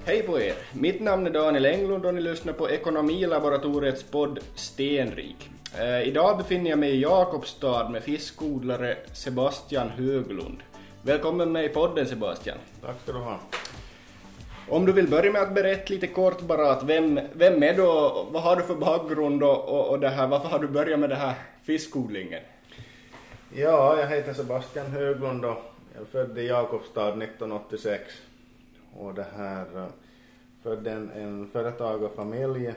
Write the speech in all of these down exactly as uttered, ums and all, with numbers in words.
Hej på er! Mitt namn är Daniel Englund och ni lyssnar på Ekonomilaboratoriets podd Stenrik. Eh, idag befinner jag mig i Jakobstad med fiskodlare Sebastian Höglund. Välkommen med i podden, Sebastian. Tack ska du ha. Om du vill börja med att berätta lite kort bara att vem, vem är du och vad har du för bakgrund och, och, och det här, varför har du börjat med det här fiskodlingen? Ja, jag heter Sebastian Höglund och jag är född i Jakobstad nittonhundraåttiosex. Och det här födde en, en företagarfamilj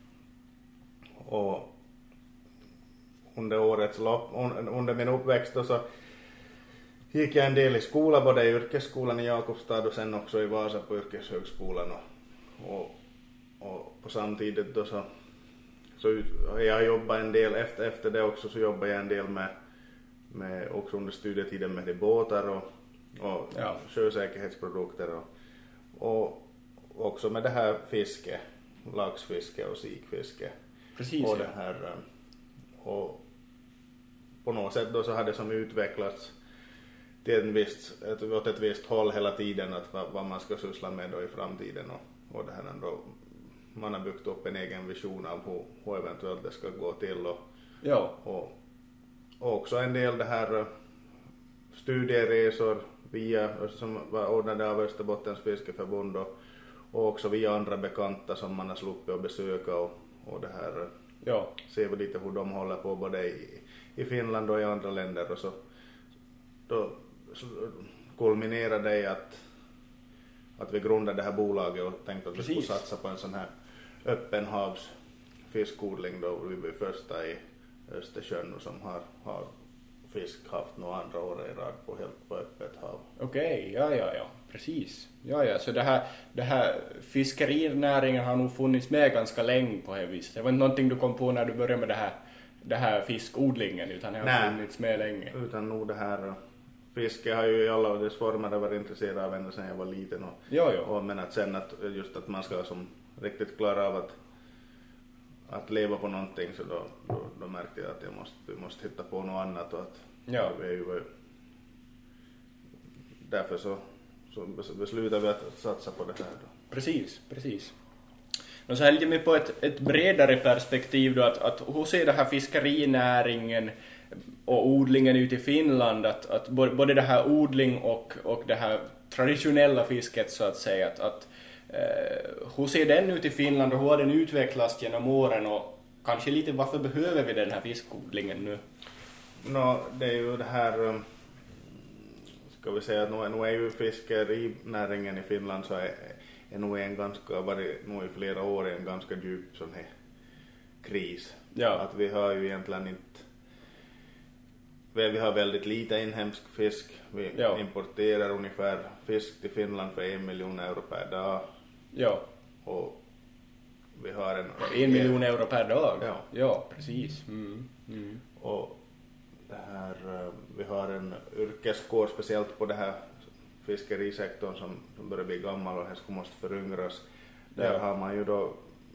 och under årets lopp, under min uppväxt då så gick jag en del i skola, både i yrkesskolan i Jakobstad och sen också i Vasa på yrkeshögskolan och, och, och på samtidigt då så, så jag jobbade en del efter, efter det också så jobbade jag en del med, med också under studietiden med de båtar och, och ja. sjösäkerhetsprodukter och Och också med det här fiske, laxfiske och sikfiske. Precis. Och det här och på något sätt då så hade det som utvecklats till en viss, ett, åt ett visst håll hela tiden att vad, vad man ska syssla med då i framtiden och, och det här då man har byggt upp en egen vision av hur, hur eventuellt det ska gå till och, ja. och, och också en del det här studieresor via, som var ordnade av Österbottens fiskeförbund och, och också via andra bekanta som man har sluppit att besöka och, och det här ja. ser vi lite hur de håller på både i, i Finland och i andra länder och så då så kulminerade det i att, att vi grundade det här bolaget och tänkte att Precis. vi skulle satsa på en sån här öppen havs fiskodling då vi var första i Östersjön och som har, har fisk haft några andra år i rad på helt på öppet hav. Okej, okay, ja, ja, ja, precis. Ja, ja, så det här, det här fiskerinäringen har nog funnits med ganska länge på det viset. Det var inte någonting du kom på när du började med det här, det här fiskodlingen, utan det har Nej, funnits med länge. Utan nog det här, fiske har ju i alla dess former varit intresserad av ända sedan jag var liten. Och, ja, ja. Och, men att sen att just att man ska som riktigt klara av att att leva på någonting så då, då, då märkte jag att jag måste, vi måste hitta på något annat och att ja. vi är ju, därför så, så beslutade vi att satsa på det här då. Precis, precis. Och så här lite mer på ett, ett bredare perspektiv då att, att hur ser det här fiskerinäringen och odlingen ut i Finland att, att både det här odling och, och det här traditionella fisket så att säga att, att Uh, hur ser den ut i Finland och hur har den utvecklats genom åren och kanske lite varför behöver vi den här fiskodlingen nu? No, det är ju det här, ska vi säga att nu, nu är ju fiskerinäringen i Finland så är, är nog en ganska, varit nog i flera år en ganska djup sån här kris. Ja. Att vi har ju egentligen inte, vi har väldigt lite inhemsk fisk, vi ja. importerar ungefär fisk till Finland för en miljon euro per dag. Ja. Och vi har en... En miljon euro per dag? Ja. Ja, precis. Mm. Mm. Och det här, vi har en yrkeskår speciellt på det här fiskerisektorn som, som börjar bli gammal och här ska måste föryngras. Där ja. har man ju då...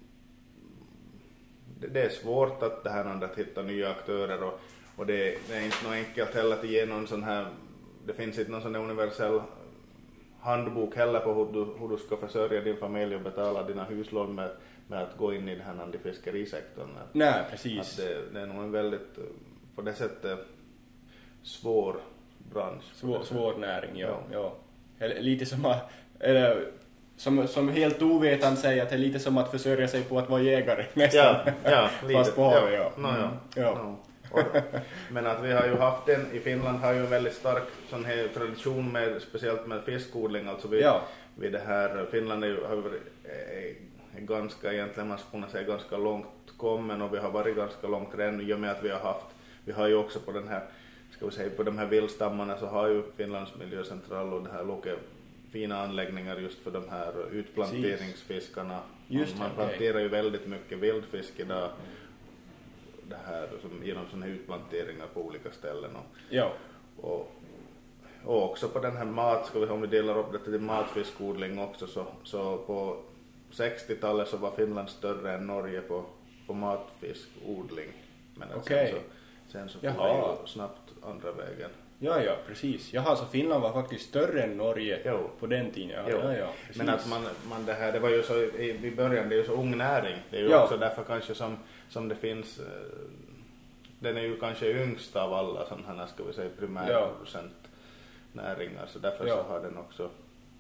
Det, det är svårt att det här att hitta nya aktörer och, och det, det är inte något enkelt heller att ge någon sån här... Det finns inte någon sån här universell handbok heller på hur du, hur du ska försörja din familj och betala dina huslån med, med att gå in i den här fiskerisektorn. Nej, precis. Att det, det är nog en väldigt, på det sättet, svår bransch. Svår, svår näring, ja. ja. ja. Lite som att, eller, som, som helt ovetande säger att det är lite som att försörja sig på att vara jägare nästan. Ja, ja lite. Fast på havet, ja. ja. No, ja. ja. No. Och, men att vi har ju haft den, i Finland har ju en väldigt stark sån här tradition med, speciellt med fiskodling, alltså vi, ja. vi det här, Finland är ju har varit, är, är ganska, egentligen man skulle kunna säga ganska långt kommen och vi har varit ganska långt redan i och med att vi har haft, vi har ju också på den här, ska vi säga på de här vildstammarna så har ju Finlands miljöcentral och det här Loke fina anläggningar just för de här utplanteringsfiskarna. Just man, man planterar okay. ju väldigt mycket vildfisk idag. Det här som genom såna här utplanteringar på olika ställen och, ja. och, och också på den här mat, ska vi, om vi delar upp det till matfiskodling också så, så på sextiotalet så var Finland större än Norge på, på matfiskodling men okay. sen så, sen så får vi ju snabbt andra vägen. Ja, ja, precis. Jaha, så Finland var faktiskt större än Norge jo. på den tiden. Ja, jo. ja, ja, men att man, man det här, det var ju så i, i början, det är ju så ung näring. Det är ju ja. också därför kanske som, som det finns, den är ju kanske yngst av alla sådana här, ska vi säga, primärproducentnäringar. Så därför ja. så har den också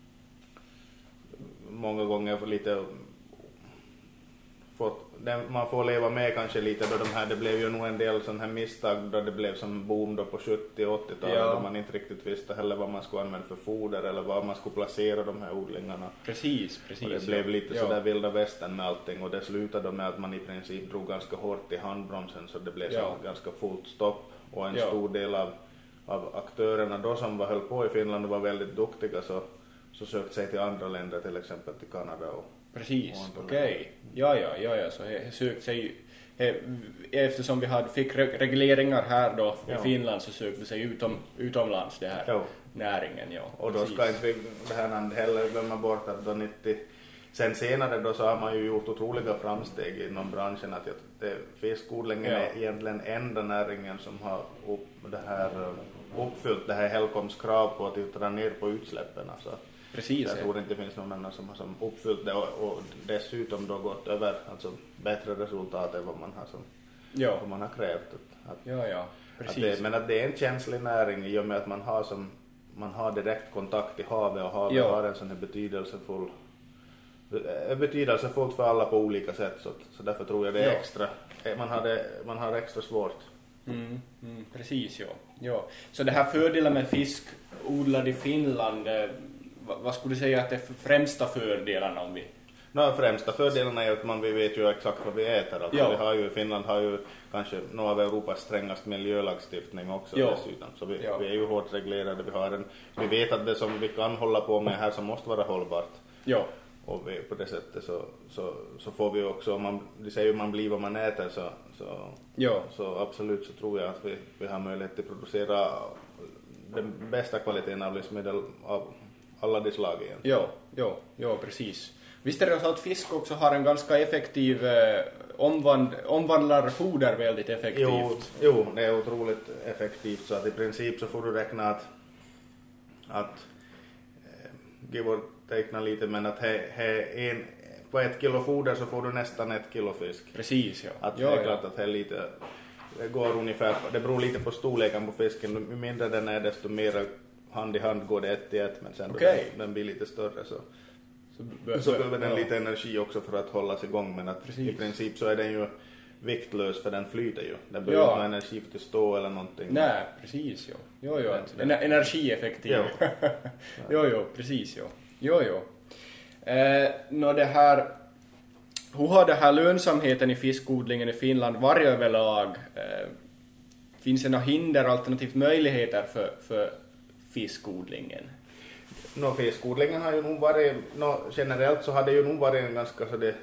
många gånger lite fått, man får leva med kanske lite då de här, det blev ju nog en del sån här misstag då det blev som boom då på sjuttio- och åttiotalet ja. då man inte riktigt visste heller vad man skulle använda för foder eller vad man skulle placera de här odlingarna. Precis, precis. Och det blev ja. lite ja. sådär vilda västern med allting och det slutade med att man i princip drog ganska hårt i handbromsen så det blev ja. så ganska fullt stopp och en ja. stor del av, av aktörerna då som var höll på i Finland och var väldigt duktiga så, så sökte sig till andra länder, till exempel till Kanada och precis, okej. Okay. Ja, ja, ja, ja, så det sökte sig, he, eftersom vi hade, fick regleringar här då i ja. Finland så sökte sig utom, utomlands det här ja. näringen, ja. Och då ska inte vi det här heller glömma bort att då nittio, sen senare då så har man ju gjort otroliga framsteg inom branschen att det, fiskodlingen ja. är egentligen enda näringen som har upp, det här, uppfyllt det här Helcoms krav på att dra ner på utsläppen, alltså. Precis. Jag tror inte det finns någon annan som har som uppfyllt det och, och dessutom då gått över alltså bättre resultat än vad man har som ja. vad man har krävt att, att, ja, ja. Precis. Att det, men att det är en känslig näring i och med att man har som man har direkt kontakt till havet och havet ja. har en sån här betydelsefull betydelsefullt för alla på olika sätt så, så därför tror jag det är ja. extra man har det, man har extra svårt. Mm, mm, precis ja. ja. Så det här fördelen med fisk odlad i Finland, vad skulle du säga att det är främsta fördelarna om vi? No, främsta fördelarna är att man vi vet ju exakt vad vi äter. Alltså, ja. vi har ju, Finland har ju kanske några av Europas strängaste miljölagstiftning också ja. dessutom. Så vi, ja. vi är ju hårt reglerade. Vi, har en, vi vet att det som vi kan hålla på med här som måste vara hållbart. Ja. Och vi, på det sättet så, så, så får vi också, om man, det säger ju man blir vad man äter så, så, ja. så absolut så tror jag att vi, vi har möjlighet att producera den bästa kvaliteten av livsmedel av alla de slag igen. Ja, ja, ja, precis. Visst är det så att fisk också har en ganska effektiv eh, omvand, omvandlar foder väldigt effektivt? Jo, jo, det är otroligt effektivt så att i princip så får du räkna att att eh, give or take lite men att he, he, en, på ett kilo foder så får du nästan ett kilo fisk. Precis, ja. Att ja, det är klart att det är lite det går ungefär, det beror lite på storleken på fisken. Ju mindre den är desto mer hand i hand går det ett till ett men sen okay. då den, den blir lite större så så, b- så behöver den ja. lite energi också för att hållas igång men att i princip så är den ju viktlös för den flyter ju. Den behöver ja. inte ha energi för att stå eller någonting. Nej, precis ja. Jo, jo. Den är energieffektiv. Jo. jo, jo, precis jo. Jo, jo. Eh, nå det här hur har det här lönsamheten i fiskodlingen i Finland varit överlag? Eh, finns det några hinder alternativt möjligheter för, för fiskodlingen? No, fiskodlingen har ju nog varit, no, generellt så har det ju nog varit en ganska så det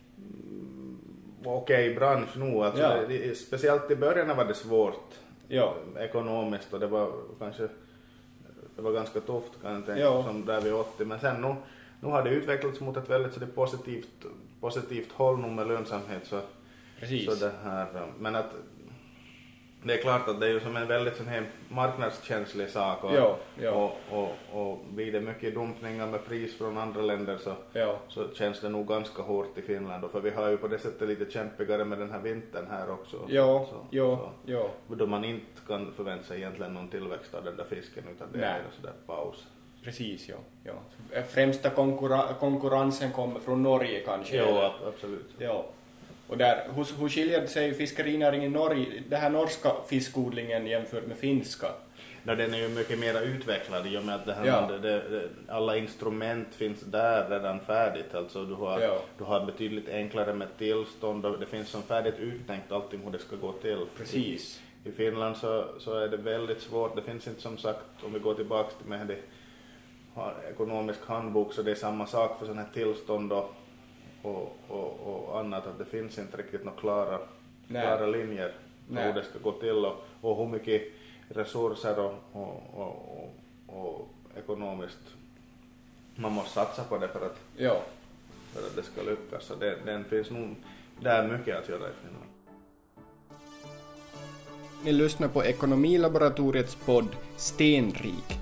mm, okej okay bransch nu. Alltså ja. det, det, speciellt i början var det svårt ja. ekonomiskt och det var kanske det var ganska tufft kan jag tänka ja. som där vid åttio men sen nu, nu har det utvecklats mot ett väldigt så det positivt, positivt håll nu med lönsamhet så, så det här, men att det är klart att det är ju som en väldigt sån här marknadskänslig sak och, ja, ja. och, och, och blir det mycket dumpningar med pris från andra länder så, ja. så känns det nog ganska hårt i Finland. Och för vi har ju på det sättet lite kämpigare med den här vintern här också. Ja, så, ja, så, ja. Då man inte kan förvänta sig egentligen någon tillväxt av den där fisken utan det Nej. är en sådär paus. Precis, ja. ja. Främsta konkurra- konkurrensen kommer från Norge kanske? Ja, absolut. Ja. Och där, hur, hur skiljer sig fiskerinäringen i Norge, det här norska fiskodlingen jämfört med finska? No, den är ju mycket mer utvecklad i och med att det här, ja. det, det, alla instrument finns där redan färdigt. Alltså du har, ja. du har betydligt enklare med tillstånd och det finns som färdigt uttänkt allting hur det ska gå till. Precis. I, i Finland så, så är det väldigt svårt. Det finns inte som sagt, om vi går tillbaka till med det ekonomisk handbok så det är samma sak för sådana här tillstånd och Och, och, och annat att det finns inte riktigt några klara, klara linjer för hur det ska gå till och, och hur mycket resurser och, och, och, och, och ekonomiskt man måste satsa på det för att, ja. för att det ska lyckas. Så det, den finns nog där mycket att göra i Finland. Ni lyssnar på Ekonomilaboratoriets podd Stenrik.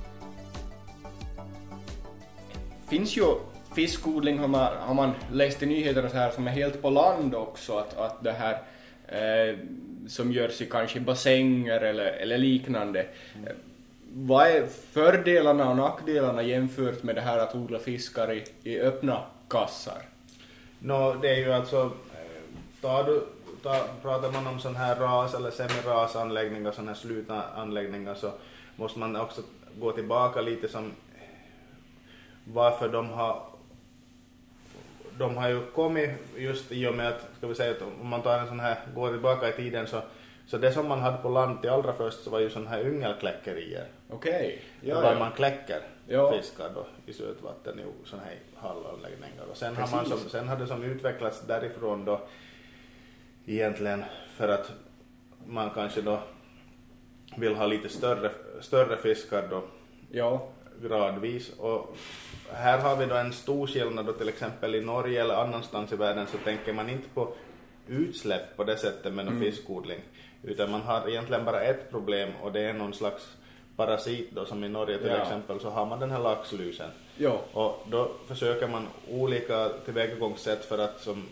Finns ju fiskodling, har man, har man läst i nyheterna så här, som är helt på land också, att, att det här eh, som görs i kanske bassänger eller, eller liknande. Mm. Vad är fördelarna och nackdelarna jämfört med det här att odla fiskar i, i öppna kassar? No, det är ju alltså, tar du, tar, pratar man om sån här ras eller semirasanläggningar, sån här slutna anläggningar, så måste man också gå tillbaka lite som varför de har de har ju kommit just i och med att, ska vi säga att om man tar en sån här, går tillbaka i tiden, så så det som man hade på land till allra först så var ju sån här yngelkläckerier. Okej. Okay. Ja, där ja. Man kläcker ja. fiskar då i sötvatten i sån här hallanläggningar. Och sen, har man som, sen hade det som utvecklats därifrån då egentligen för att man kanske då vill ha lite större, större fiskar då ja. gradvis. Och här har vi då en stor skillnad då, till exempel i Norge eller annanstans i världen så tänker man inte på utsläpp på det sättet med någon mm. fiskodling, utan man har egentligen bara ett problem, och det är någon slags parasit då, som i Norge till ja. exempel så har man den här laxlusen. Ja. Och då försöker man olika tillvägagångssätt för att som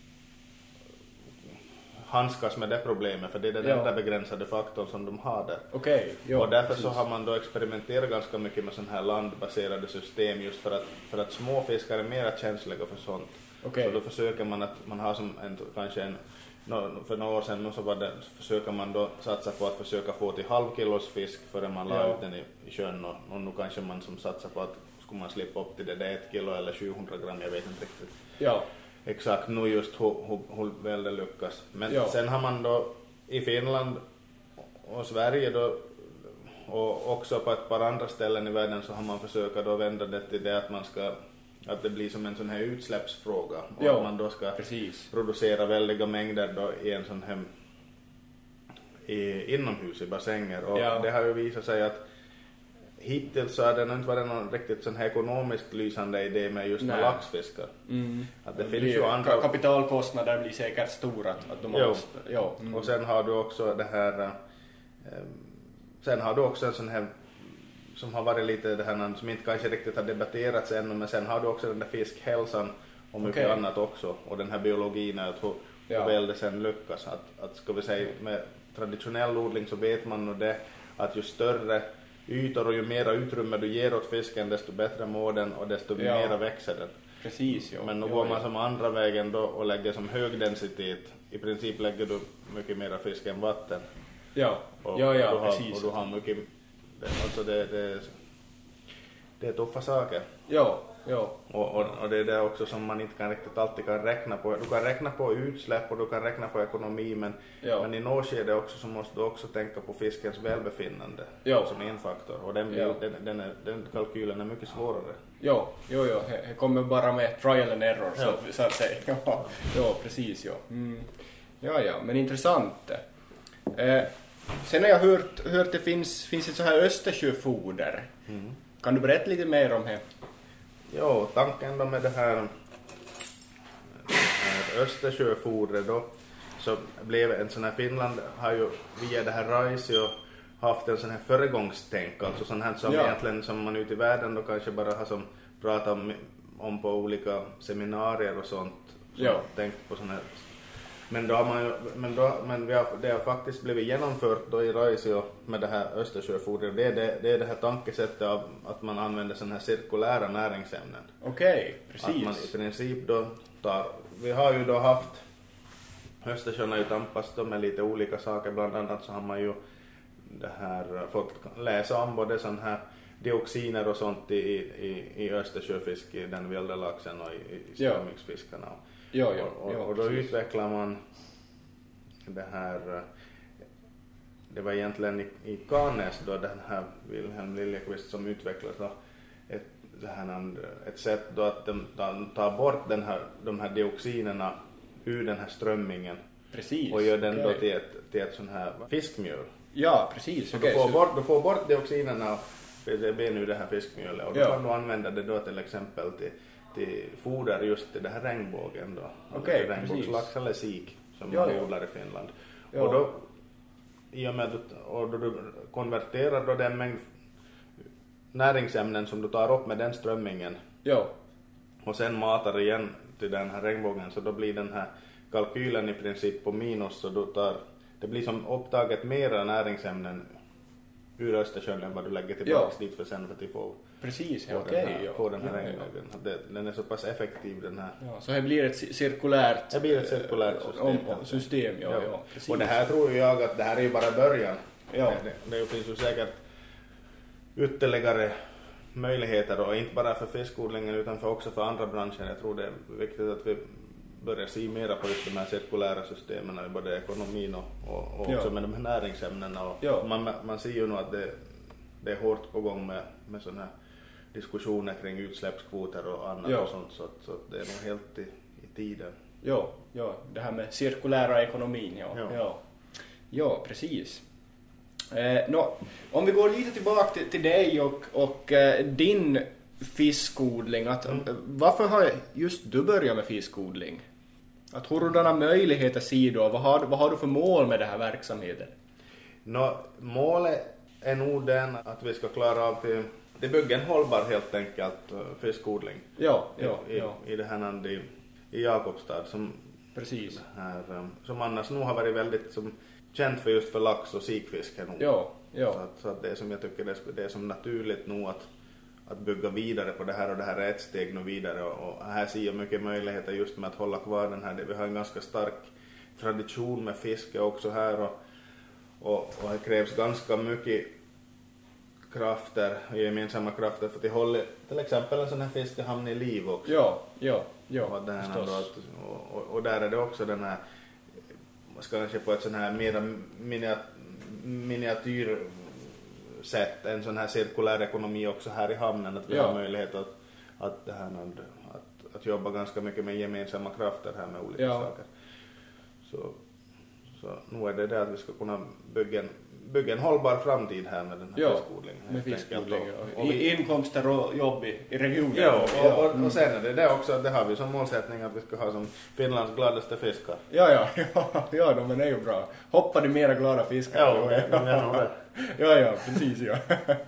handskas med det problemet, för det är den ja. enda begränsade faktorn som de har där. Okay. Ja, och därför precis. så har man då experimenterat ganska mycket med sån här landbaserade system, just för att, för att små fiskar är mer känsliga för sånt. Okay. Så då försöker man att man har som en, kanske en, för några år sedan så var det, försöker man då satsa på att försöka få till halvkilos fisk före man la ja. ut den i, i sjön, och, och nu kanske man som satsar på att skulle man slippa upp till det där ett kilo eller sjuhundra gram, jag vet inte riktigt ja. exakt nu just hur, hur, hur väl det lyckas. Men ja. sen har man då i Finland och Sverige då, och också på ett par andra ställen i världen, så har man försökt då vända det till det att man ska, att det blir som en sån här utsläppsfråga, och ja, att man då ska precis. producera väldiga mängder då i en sån här i, inomhus i bassänger, och ja. det har ju visat sig att hittills så har det inte varit någon riktigt sån här ekonomiskt lysande idé med just med laxfiskar. Mm. Att det, det finns ju andra kapitalkostnader blir säkert stora att de jo. måste. Ja. Mm. Och sen har du också det här äh, sen har du också en sån här som har varit lite det här som inte kanske riktigt har debatterats ännu, men sen har du också den där fiskhälsan och mycket okay. annat också, och den här biologin, att hur, ja. hur väl det sen lyckas. Att, att ska vi säga med traditionell odling så vet man nog det, att ju större ytor och ju mera utrymme du ger åt fisken, desto bättre mår den och desto ja. mera växer den. Precis, ja. Men nu ja, går man ja. som andra vägen då och lägger som hög densitet. I princip lägger du mycket mera fisk än vatten. Ja, och, ja, ja och du har, precis. Och du har mycket, det, alltså det, det, det är tuffa saker. Ja, ja. Och, och, och det är det också som man inte kan riktigt alltid kan räkna på. Du kan räkna på utsläpp och du kan räkna på ekonomi, men, ja. men i något skede också så måste du också tänka på fiskens välbefinnande ja. som en faktor. Och den, ja. den, den, är, den kalkylen är mycket svårare. Ja, jo, jo, det kommer bara med trial and error ja. så, så att säga. Ja, ja precis, ja. Mm. Ja, ja, men intressant. Eh, sen har jag hört, hört det finns, finns ett så här Östersjöfoder. Mm. Kan du berätta lite mer om det? Jo, tanken då med det här, det här Östersjöfodret då, så blev en sån här, Finland har ju via det här Raisio haft en sån här föregångstänk, alltså sån här som ja. egentligen som man ute i världen då kanske bara har som pratat om, om på olika seminarier och sånt, som ja. tänkt på sån här. Men, då har man ju, men, då, men vi har, det har faktiskt blivit genomfört då i Raisio med det här Östersjöfodret. Det är det, det är det här tankesättet av att man använder sån här cirkulära näringsämnen. Okej, okay, precis. Att man i princip då tar, vi har ju då haft, Östersjön har ju tampats då med lite olika saker, bland annat så har man ju det här, fått läsa om både sån här dioxiner och sånt i, i, i Östersjöfisk, i den vilda laxen och i, i strömmingsfiskarna. Ja, ja, och, ja, och då precis. utvecklar man det här, det var egentligen i, i Cannes då den här Wilhelm Liljeqvist som utvecklade då ett, det här, ett sätt då att de, de tar bort den här, de här dioxinerna ur den här strömmingen. Precis. Och gör den okay. då till ett, till ett sån här fiskmjöl. Ja, precis. Så okay, du, får så... bort, du får bort dioxinerna, det blir nu det här fiskmjölet, och då ja. kan du använda det då till exempel till till foder just till det här regnbågen då. Okej, regnbågslax eller sik som ja, man ja. odlar i Finland. Ja. Och då i och med att och då du konverterar då den mängd näringsämnen som du tar upp med den strömmingen. Ja. Och sen matar igen till den här regnbågen, så då blir den här kalkylen i princip på minus, så då tar det blir som upptaget mera näringsämnen ur Östersjön än vad du lägger tillbaka ja. dit för sen för att få, Precis, få, okay, den, här, ja. få den här ja, regnbågen. Ja. Den är så pass effektiv den här. Ja, så här blir ett cirkulärt, det blir ett cirkulärt system. Om, om, system ja, ja. Ja, precis. Och det här tror jag att det här är ju bara början. Ja. Det, det finns ju säkert ytterligare möjligheter, och inte bara för fiskodlingen utan för också för andra branscher. Jag tror det är viktigt att vi börjar se mera på just de här cirkulära systemen i både ekonomin och, och, och ja. också med de här näringsämnena. Och ja. man, man ser ju nu att det, det är hårt på gång med, med sådana här diskussioner kring utsläppskvoter och annat ja. och sånt, så, så det är nog helt i, i tiden. Ja, ja, det här med cirkulära ekonomin, ja. Ja, ja. ja precis. Eh, no, om vi går lite tillbaka till, till dig och, och eh, din fiskodling, att, mm. varför har just du börjat med fiskodling? Att hurdana möjligheter ser du, vad har, vad har du för mål med den här verksamheten? No, målet är nog den att vi ska klara av till, till bygga en hållbar helt enkelt fiskodling. Ja, ja, i, ja. i, i det här landet i, i Jakobstad som, precis. Här, som annars nog har varit väldigt som, känt för just för lax och sikfisk. Ja, ja. Så, att, så att det är som jag tycker det, det är som naturligt nog att att bygga vidare på det här, och det här är ett steg nu vidare, och, och här ser jag mycket möjligheter just med att hålla kvar den här. Vi har en ganska stark tradition med fiske också här, och, och, och det krävs ganska mycket krafter, gemensamma krafter för att hålla till exempel en sån här fiskehamn i liv också. Ja, ja, ja, och, där att, och, och, och där är det också den här, man ska kanske på ett sån här mera miniatyr sätt, en sån här cirkulär ekonomi också här i hamnen, att vi ja. har möjlighet att, att, det här, att, att jobba ganska mycket med gemensamma krafter här med olika ja. saker. Så, så nu är det det att vi ska kunna bygga en, bygga en hållbar framtid här med den här ja, fiskodlingen. Med fiskodling, och, och vi, inkomster och jobb i, i regionen. Ja, och, och, och sen är det det också, det har vi som målsättning att vi ska ha som Finlands gladaste fiskar. Ja, ja, ja, ja de är ju bra. Hoppar de mera glada fiskar? Ja, det, de är nog det. Ja, ja, precis, ja.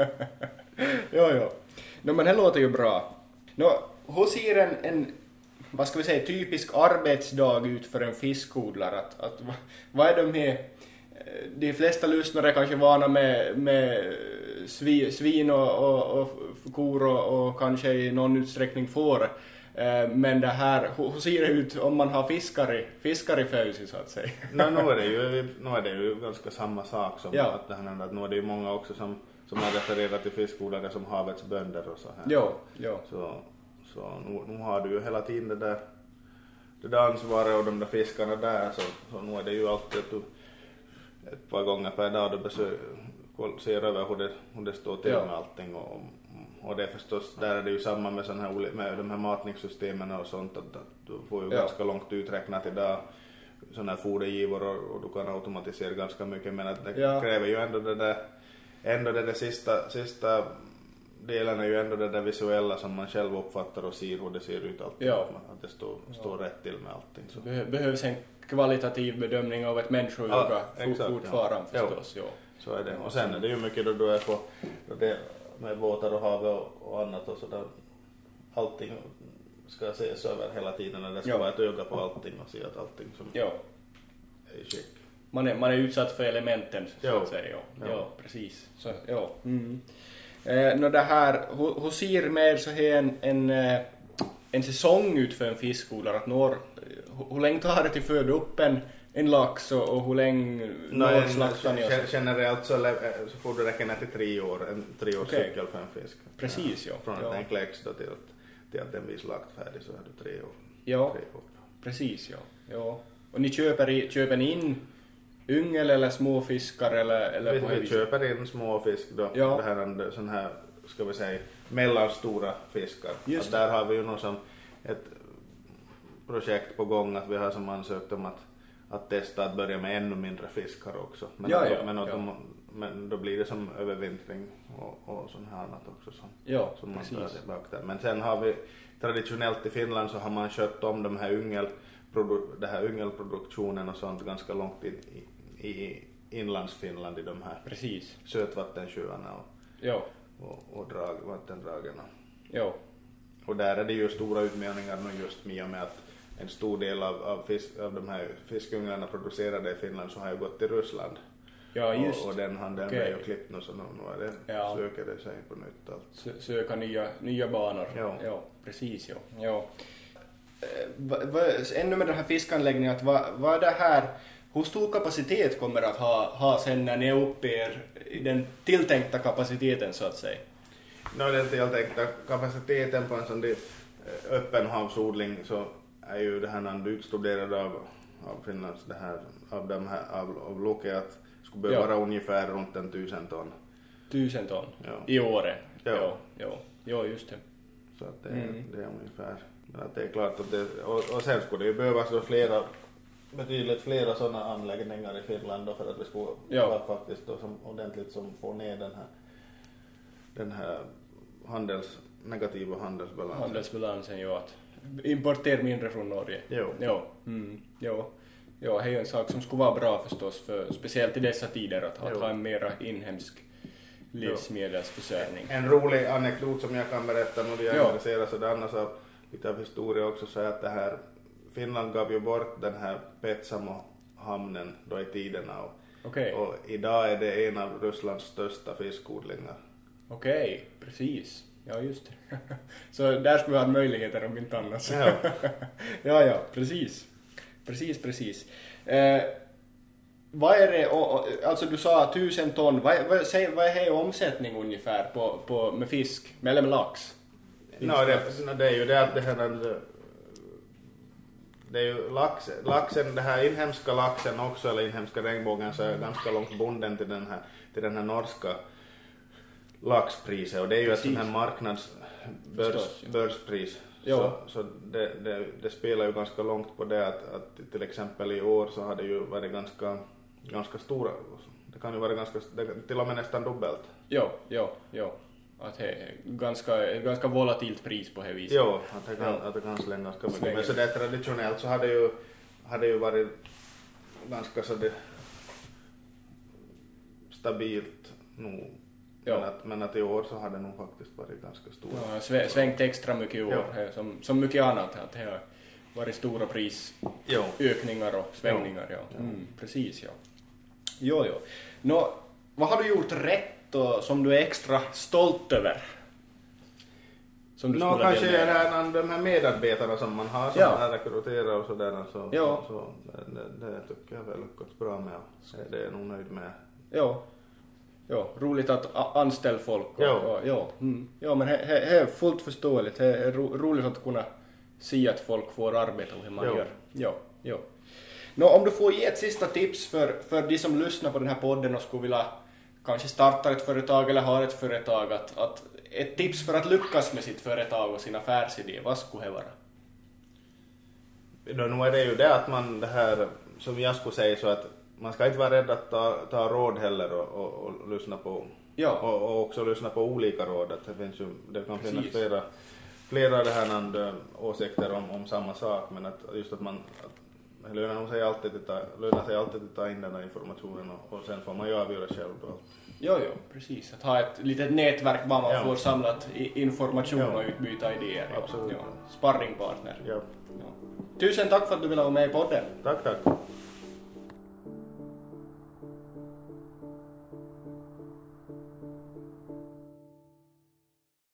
ja, ja. No, men det låter ju bra. No, hur ser en, en, vad ska vi säga, typisk arbetsdag ut för en fiskodlare? Att, att, vad är de här, de flesta lyssnare kanske vana med, med svi, svin och, och, och kor och, och kanske i någon utsträckning får. Men det här, hur ser det ut om man har fiskare, fiskare i födelsen så att säga? Nej, nu är det ju, nu är det ju ganska samma sak som ja. att, det här, att nu är det ju många också som, som har refererat till fiskodlare som havets bönder och så här. Ja, ja. Så, så nu, nu har du ju hela tiden det där, det där ansvaret och de där fiskarna där, så, så nu är det ju alltid ett, ett par gånger per dag du besöker, ser över hur det, hur det står till ja. med allting, och Och det är förstås, där är det ju samma med, sån här, med de här matningssystemen och sånt, att, att du får ju ja. ganska långt uträknat idag sådana här fodergivor, och, och du kan automatisera ganska mycket, men att det ja. kräver ju ändå det där, ändå det där sista, sista delen är ju ändå det där visuella som man själv uppfattar och ser hur det ser ut allting, ja. att det står, står ja. rätt till med allting. Så. Be- behövs en kvalitativ bedömning av ett människoöga ja, fortfarande ja. förstås. Ja. Så är det, och sen är det ju mycket då du är på då det, med båtar och hav och, och annat, och sådär. Allting ska ses över hela tiden, och det ska ja. vara ett öga på allting och se att allting som ja. är i skick. Man är, man är utsatt för elementen så ja. att säga. Ja, ja. ja precis. Så, ja. Mm. Eh, no, det här, hur, hur ser mer så här en, en, en säsong ut för en fiskodlare? Att når, hur, hur länge tar det till föda upp en en lax, och, och hur länge når slaktar ni? Generellt så, så får du räkna till tre år, en treårscykel okay. för en fisk. Precis, ja. Från ja. att den kläcks då till att, till att den blir slaktfärdig, så är du tre år. Ja, tre år. Precis, ja. ja. Och ni köper, i, köper ni in yngel eller småfiskar? Eller, eller vi vi köper in småfisk då. Ja. Det här är sån här, ska vi säga, mellanstora fiskar. Just där har vi ju något som ett projekt på gång, att vi har som ansökt om att att testa att börja med ännu mindre fiskar också. Men, ja, då, ja, men, ja. De, men då blir det som övervintring och, och sånt här annat också som, ja, som man tar tillbaka där. Men sen har vi traditionellt i Finland så har man kött om de här yngel, produ, det här yngelproduktionen och sånt ganska långt in i, i, inlandsfinland i de här Precis. sötvattensjöarna och, Jo. och, och drag, vattendragen. Jo. Och där är det ju stora utmaningar nu just med och med att en stor del av, av, fisk, av de här fiskungarna producerade i Finland så har ju gått till Ryssland. Ja, just. Och, och den handeln Okej. blev ju klippt nu så nu, nu är det, Ja. söker det sig på nytt allt. Sö- söka nya, nya banor. Ja. Ja, precis. Ja. Ja. Eh, va, va, ännu med den här fiskanläggningen, att vad va är det här, hur stor kapacitet kommer att ha, ha sen när ni är uppe er, i den tilltänkta kapaciteten så att säga? Nu är den tilltänkta kapaciteten på en sån där öppen havsodling så är ju det här när utstuderad av, av Finlands det här, av de här, av, av Loke att skulle behöva Ja. vara ungefär runt en tusen ton. Tusen ton Ja. i året? Ja. Ja, ja, ja just det. Så att det, Mm. det är ungefär, men att det är klart att det, och, och sen skulle det ju behövas då flera, betydligt flera sådana anläggningar i Finland då för att det skulle Ja. vara faktiskt då som ordentligt som får ner den här, den här handels, negativa handelsbalansen. Handelsbalansen, ja, att importera mindre från Norge. Jo. Ja, mm, ja. Ja, det är ju en sak som skulle vara bra förstås, för, speciellt i dessa tider, att, att Jo. ha en mera inhemsk livsmedelsförsörjning. En rolig anekdot som jag kan berätta när jag är Ja. intresserad sådär så lite av historia också så är att det här Finland gav ju bort den här Petsamo-hamnen då i tiderna och, Okej, och idag är det en av Rysslands största fiskodlingar. okej, precis. Ja, just det. Så där skulle vi ha möjligheter om inte annars. Ja. ja, ja, precis. Precis, precis. Eh, vad är det, och, och, alltså du sa tusen ton, vad, vad, säg, vad är det omsättning ungefär på, på, med fisk, eller med lax? No, det, no, det är ju det att det här det är ju lax, laxen, det här inhemska laxen också eller inhemska regnbågen så är ganska långt bunden till den här, till den här norska laxpriset och det är ju ett sånt här marknads börs, Förstås, ja. börspris. Ja. Så, så det, det, det spelar ju ganska långt på det att, att till exempel i år så har det ju varit ganska, ganska stora, det kan ju vara ganska, det, till och med nästan dubbelt. Jo, jo, jo. Att det är ganska, ett ganska volatilt pris på det viset. Jo, att det kan, Ja. att det kan slängas ganska mycket. Slänga. Men så det traditionellt så hade ju, hade ju varit ganska så det stabilt nog. Ja. Men, att, men att i år så hade det nog faktiskt varit ganska stor. Ja, sve- svängt extra mycket i år, Ja. eh, som, som mycket annat. Att det har varit stora Jo. prisökningar och svängningar. Ja. Mm, precis, ja. Jo, jo. Nå, vad har du gjort rätt och som du är extra stolt över? Som du Nå, skulle kanske vilja- är det här, de här medarbetarna som man har som Ja. man har rekryterat och sådär. Så, Ja. så det, det, det tycker jag väl lyckats bra med. Och det är jag nog nöjd med. Ja. Ja, roligt att a- anställa folk. Och, Ja. och, ja. Mm. Ja, men det är fullt förståeligt. Det är ro, roligt att kunna se att folk får arbeta och hur man Ja. gör. Ja, ja. Nå, om du får ge ett sista tips för, för de som lyssnar på den här podden och skulle vilja kanske starta ett företag eller ha ett företag, att, att ett tips för att lyckas med sitt företag och sin affärsidé, vad skulle det vara? Nå, nu är det ju det att man det här, som jag skulle säga så att man ska inte vara rädd att ta, ta råd heller och, och, och lyssna på Ja. och, och också lyssna på olika råd. Att det, finns ju, det kan finnas Precis. flera, flera det här nand, åsikter om, om samma sak men att just att man att, det lönar nog sig alltid att ta, lönar sig alltid att ta in den här informationen och, och sen får man ju avgöra själv då. Jo, jo, precis. Att ha ett litet nätverk var man Ja. får samlat i- information Ja. och utbyta idéer. Ja. Absolut. Ja. Sparringpartner. Ja. Ja. Tusen tack för att du ville vara med i podden. Tack, tack.